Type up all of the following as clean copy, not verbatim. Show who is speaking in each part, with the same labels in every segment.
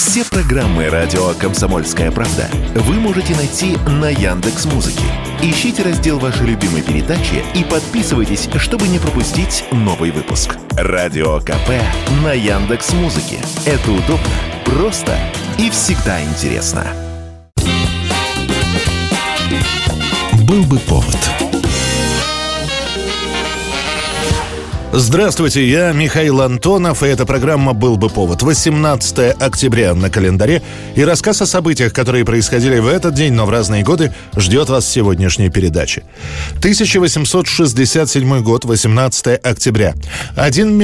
Speaker 1: Все программы радио «Комсомольская правда» вы можете найти на Яндекс.Музыке. Ищите раздел вашей любимой передачи и подписывайтесь, чтобы не пропустить новый выпуск. Радио КП на Яндекс.Музыке. Это удобно, просто и всегда интересно.
Speaker 2: Был бы повод. Здравствуйте, я Михаил Антонов, и эта программа «Был бы повод». 18 октября на календаре, и рассказ о событиях, которые происходили в этот день, но в разные годы, ждет вас в сегодняшней передаче. 1867 год, 18 октября. 1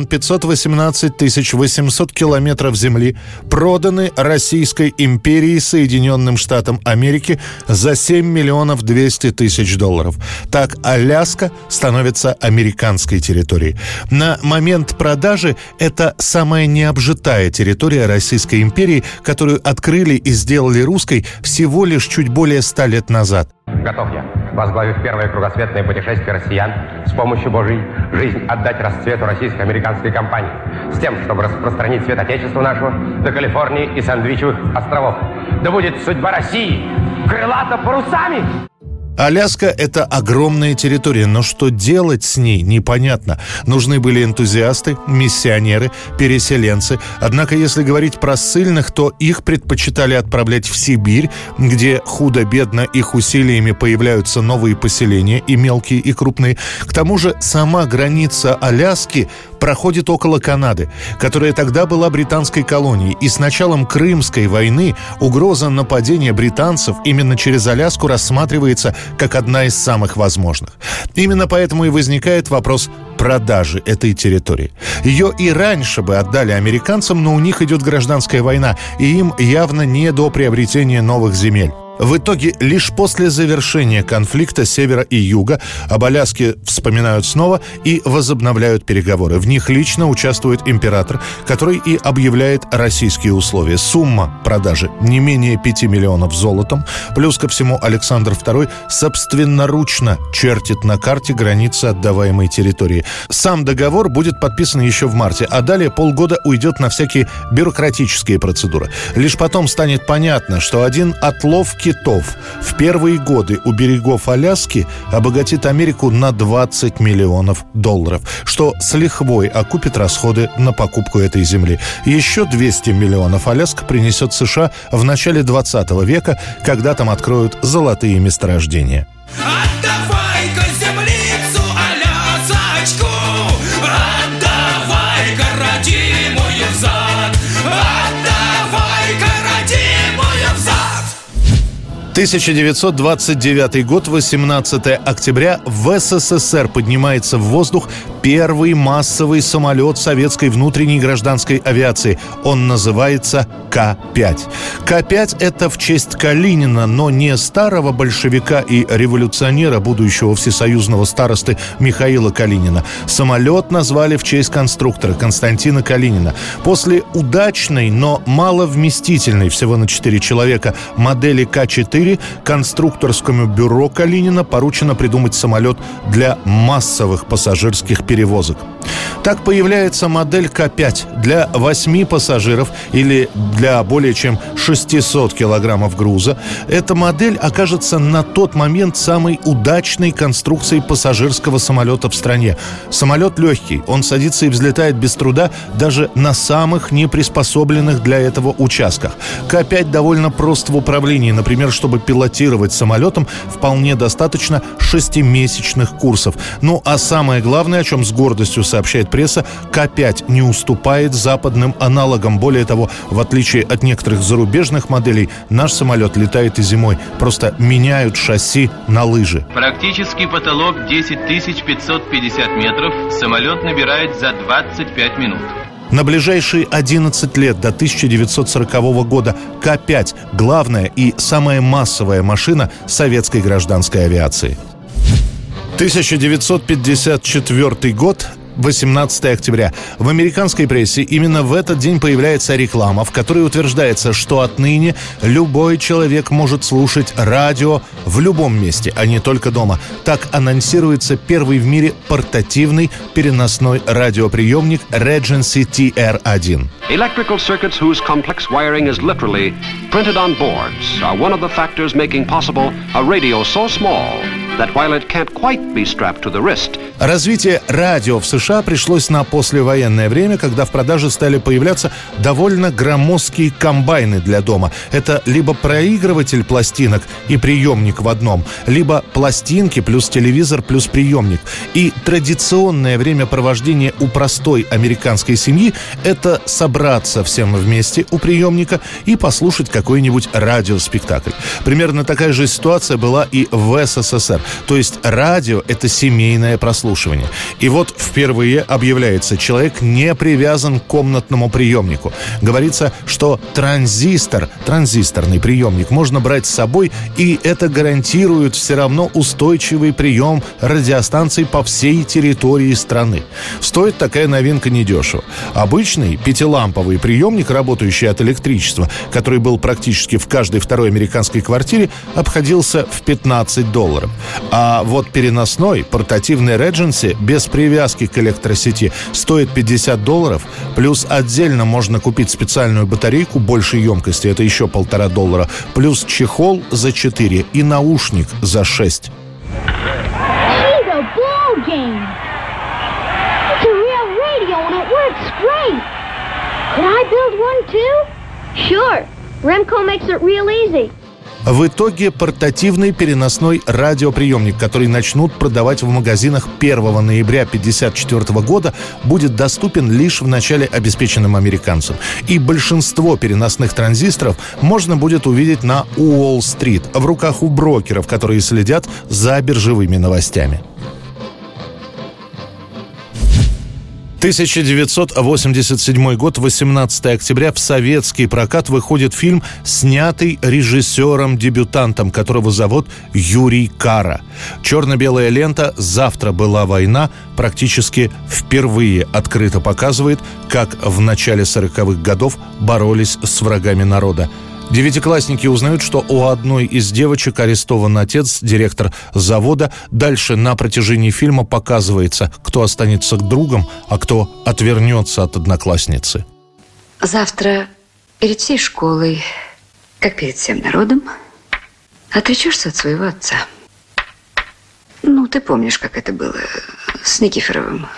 Speaker 2: 518 800 километров земли проданы Российской империей Соединенным Штатам Америки за 7 200 000 долларов. Так Аляска становится американской территорией. На момент продажи это самая необжитая территория Российской империи, которую открыли и сделали русской всего лишь чуть более 100 лет назад.
Speaker 3: Готов я, возглавив первое кругосветное путешествие россиян, с помощью Божией жизнь отдать расцвету российско-американской компании, с тем, чтобы распространить свет Отечества нашего до Калифорнии и Сандвичевых островов. Да будет судьба России крылата парусами!
Speaker 2: Аляска – это огромная территория, но что делать с ней, непонятно. Нужны были энтузиасты, миссионеры, переселенцы. Однако, если говорить про ссыльных, то их предпочитали отправлять в Сибирь, где худо-бедно их усилиями появляются новые поселения, и мелкие, и крупные. К тому же сама граница Аляски проходит около Канады, которая тогда была британской колонией. И с началом Крымской войны угроза нападения британцев именно через Аляску рассматривается как одна из самых возможных. Именно поэтому и возникает вопрос продажи этой территории. Ее и раньше бы отдали американцам, но у них идет гражданская война, и им явно не до приобретения новых земель. В итоге, лишь после завершения конфликта севера и юга об Аляске вспоминают снова и возобновляют переговоры. В них лично участвует император, который и объявляет российские условия. Сумма продажи не менее 5 миллионов золотом. Плюс ко всему Александр II собственноручно чертит на карте границы отдаваемой территории. Сам договор будет подписан еще в марте, а далее полгода уйдет на всякие бюрократические процедуры. Лишь потом станет понятно, что один отлов китов в первые годы у берегов Аляски обогатит Америку на 20 миллионов долларов, что с лихвой окупит расходы на покупку этой земли. Еще 200 миллионов Аляска принесет США в начале 20 века, когда там откроют золотые месторождения.
Speaker 4: Отдавай-ка землицу, Алясочку, отдавай-ка родимую взад, отдавай-ка родимую взад.
Speaker 2: 1929 год, 18 октября, в СССР поднимается в воздух первый массовый самолет советской внутренней гражданской авиации. Он называется К-5. К-5 — это в честь Калинина, но не старого большевика и революционера, будущего всесоюзного старосты Михаила Калинина. Самолет назвали в честь конструктора Константина Калинина. После удачной, но маловместительной, всего на 4 человека, модели К-4 конструкторскому бюро Калинина поручено придумать самолет для массовых пассажирских перевозок. Так появляется модель К-5 для 8 пассажиров или для более чем 600 килограммов груза. Эта модель окажется на тот момент самой удачной конструкцией пассажирского самолета в стране. Самолет легкий, он садится и взлетает без труда даже на самых неприспособленных для этого участках. К-5 довольно прост в управлении. Например, чтобы пилотировать самолетом, вполне достаточно 6-месячных курсов. Ну а самое главное, о чем с гордостью сообщает пресса, К-5 не уступает западным аналогам. Более того, в отличие от некоторых зарубежных моделей, наш самолет летает и зимой. Просто меняют шасси на лыжи.
Speaker 5: Практический потолок 10 550 метров. Самолет набирает за 25 минут.
Speaker 2: На ближайшие 11 лет до 1940 года К-5 – главная и самая массовая машина советской гражданской авиации. 1954 год. 18 октября. В американской прессе именно в этот день появляется реклама, в которой утверждается, что отныне любой человек может слушать радио в любом месте, а не только дома. Так анонсируется первый в мире портативный переносной радиоприемник Regency TR-1.
Speaker 6: Electrical circuits whose complex wiring is literally printed on boards are one of the factors making possible a radio so small that while it can't quite be strapped to the wrist.
Speaker 2: Развитие радио в США пришлось на послевоенное время, когда в продаже стали появляться довольно громоздкие комбайны для дома. Это либо проигрыватель пластинок и приемник в одном, либо пластинки плюс телевизор плюс приемник. И традиционное времяпровождение у простой американской семьи – это собраться всем вместе у приемника и послушать какой-нибудь радиоспектакль. Примерно такая же ситуация была и в СССР. То есть радио – это семейное прослушивание. И вот впервые объявляется, человек не привязан к комнатному приемнику. Говорится, что транзисторный приемник можно брать с собой, и это гарантирует все равно устойчивый прием радиостанций по всей территории страны. Стоит такая новинка недешево. Обычный пятиламповый приемник, работающий от электричества, который был практически в каждой второй американской квартире, обходился в $15. А вот переносной, портативный Regency без привязки к электросети стоит $50, плюс отдельно можно купить специальную батарейку большей емкости, это еще $1,5, плюс чехол за $4 и наушник за $6. В итоге портативный переносной радиоприемник, который начнут продавать в магазинах 1 ноября 1954 года, будет доступен лишь в начале обеспеченным американцам. И большинство переносных транзисторов можно будет увидеть на Уолл-стрит, в руках у брокеров, которые следят за биржевыми новостями. 1987 год, 18 октября, в советский прокат выходит фильм, снятый режиссером-дебютантом, которого зовут Юрий Кара. Черно-белая лента «Завтра была война» практически впервые открыто показывает, как в начале 40-х годов боролись с врагами народа. Девятиклассники узнают, что у одной из девочек арестован отец, директор завода. Дальше на протяжении фильма показывается, кто останется другом, а кто отвернется от одноклассницы.
Speaker 7: Завтра перед всей школой, как перед всем народом, отречешься от своего отца. Ну, ты помнишь, как это было с Никифоровым.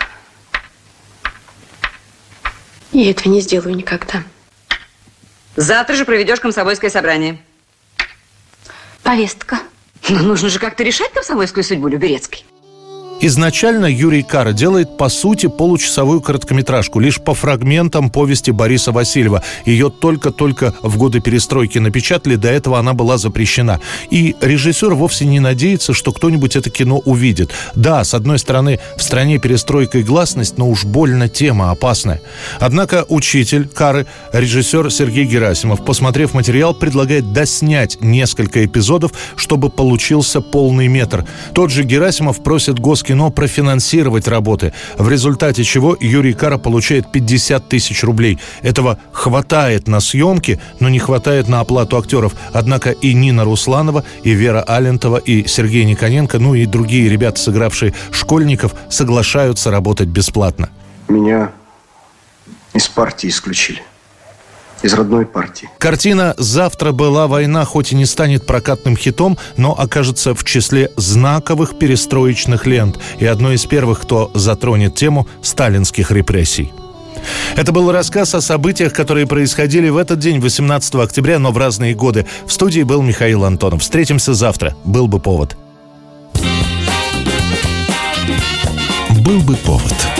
Speaker 8: Я этого не сделаю никогда.
Speaker 7: Завтра же проведешь комсомольское собрание.
Speaker 8: Повестка.
Speaker 7: Но нужно же как-то решать комсомольскую судьбу Люберецкой.
Speaker 2: Изначально Юрий Кара делает, по сути, получасовую короткометражку, лишь по фрагментам повести Бориса Васильева. Ее только-только в годы перестройки напечатали, до этого она была запрещена. И режиссер вовсе не надеется, что кто-нибудь это кино увидит. Да, с одной стороны, в стране перестройка и гласность, но уж больно тема опасная. Однако учитель Кары, режиссер Сергей Герасимов, посмотрев материал, предлагает доснять несколько эпизодов, чтобы получился полный метр. Тот же Герасимов просит Госкино профинансировать работы, в результате чего Юрий Кара получает 50 тысяч рублей. Этого хватает на съемки, но не хватает на оплату актеров. Однако и Нина Русланова, и Вера Алентова, и Сергей Никоненко, ну и другие ребята, сыгравшие школьников, соглашаются работать бесплатно.
Speaker 9: Меня из партии исключили. Из родной партии.
Speaker 2: Картина «Завтра была война» хоть и не станет прокатным хитом, но окажется в числе знаковых перестроечных лент и одной из первых, кто затронет тему сталинских репрессий. Это был рассказ о событиях, которые происходили в этот день, 18 октября, но в разные годы. В студии был Михаил Антонов. Встретимся завтра. Был бы повод.
Speaker 1: Был бы повод.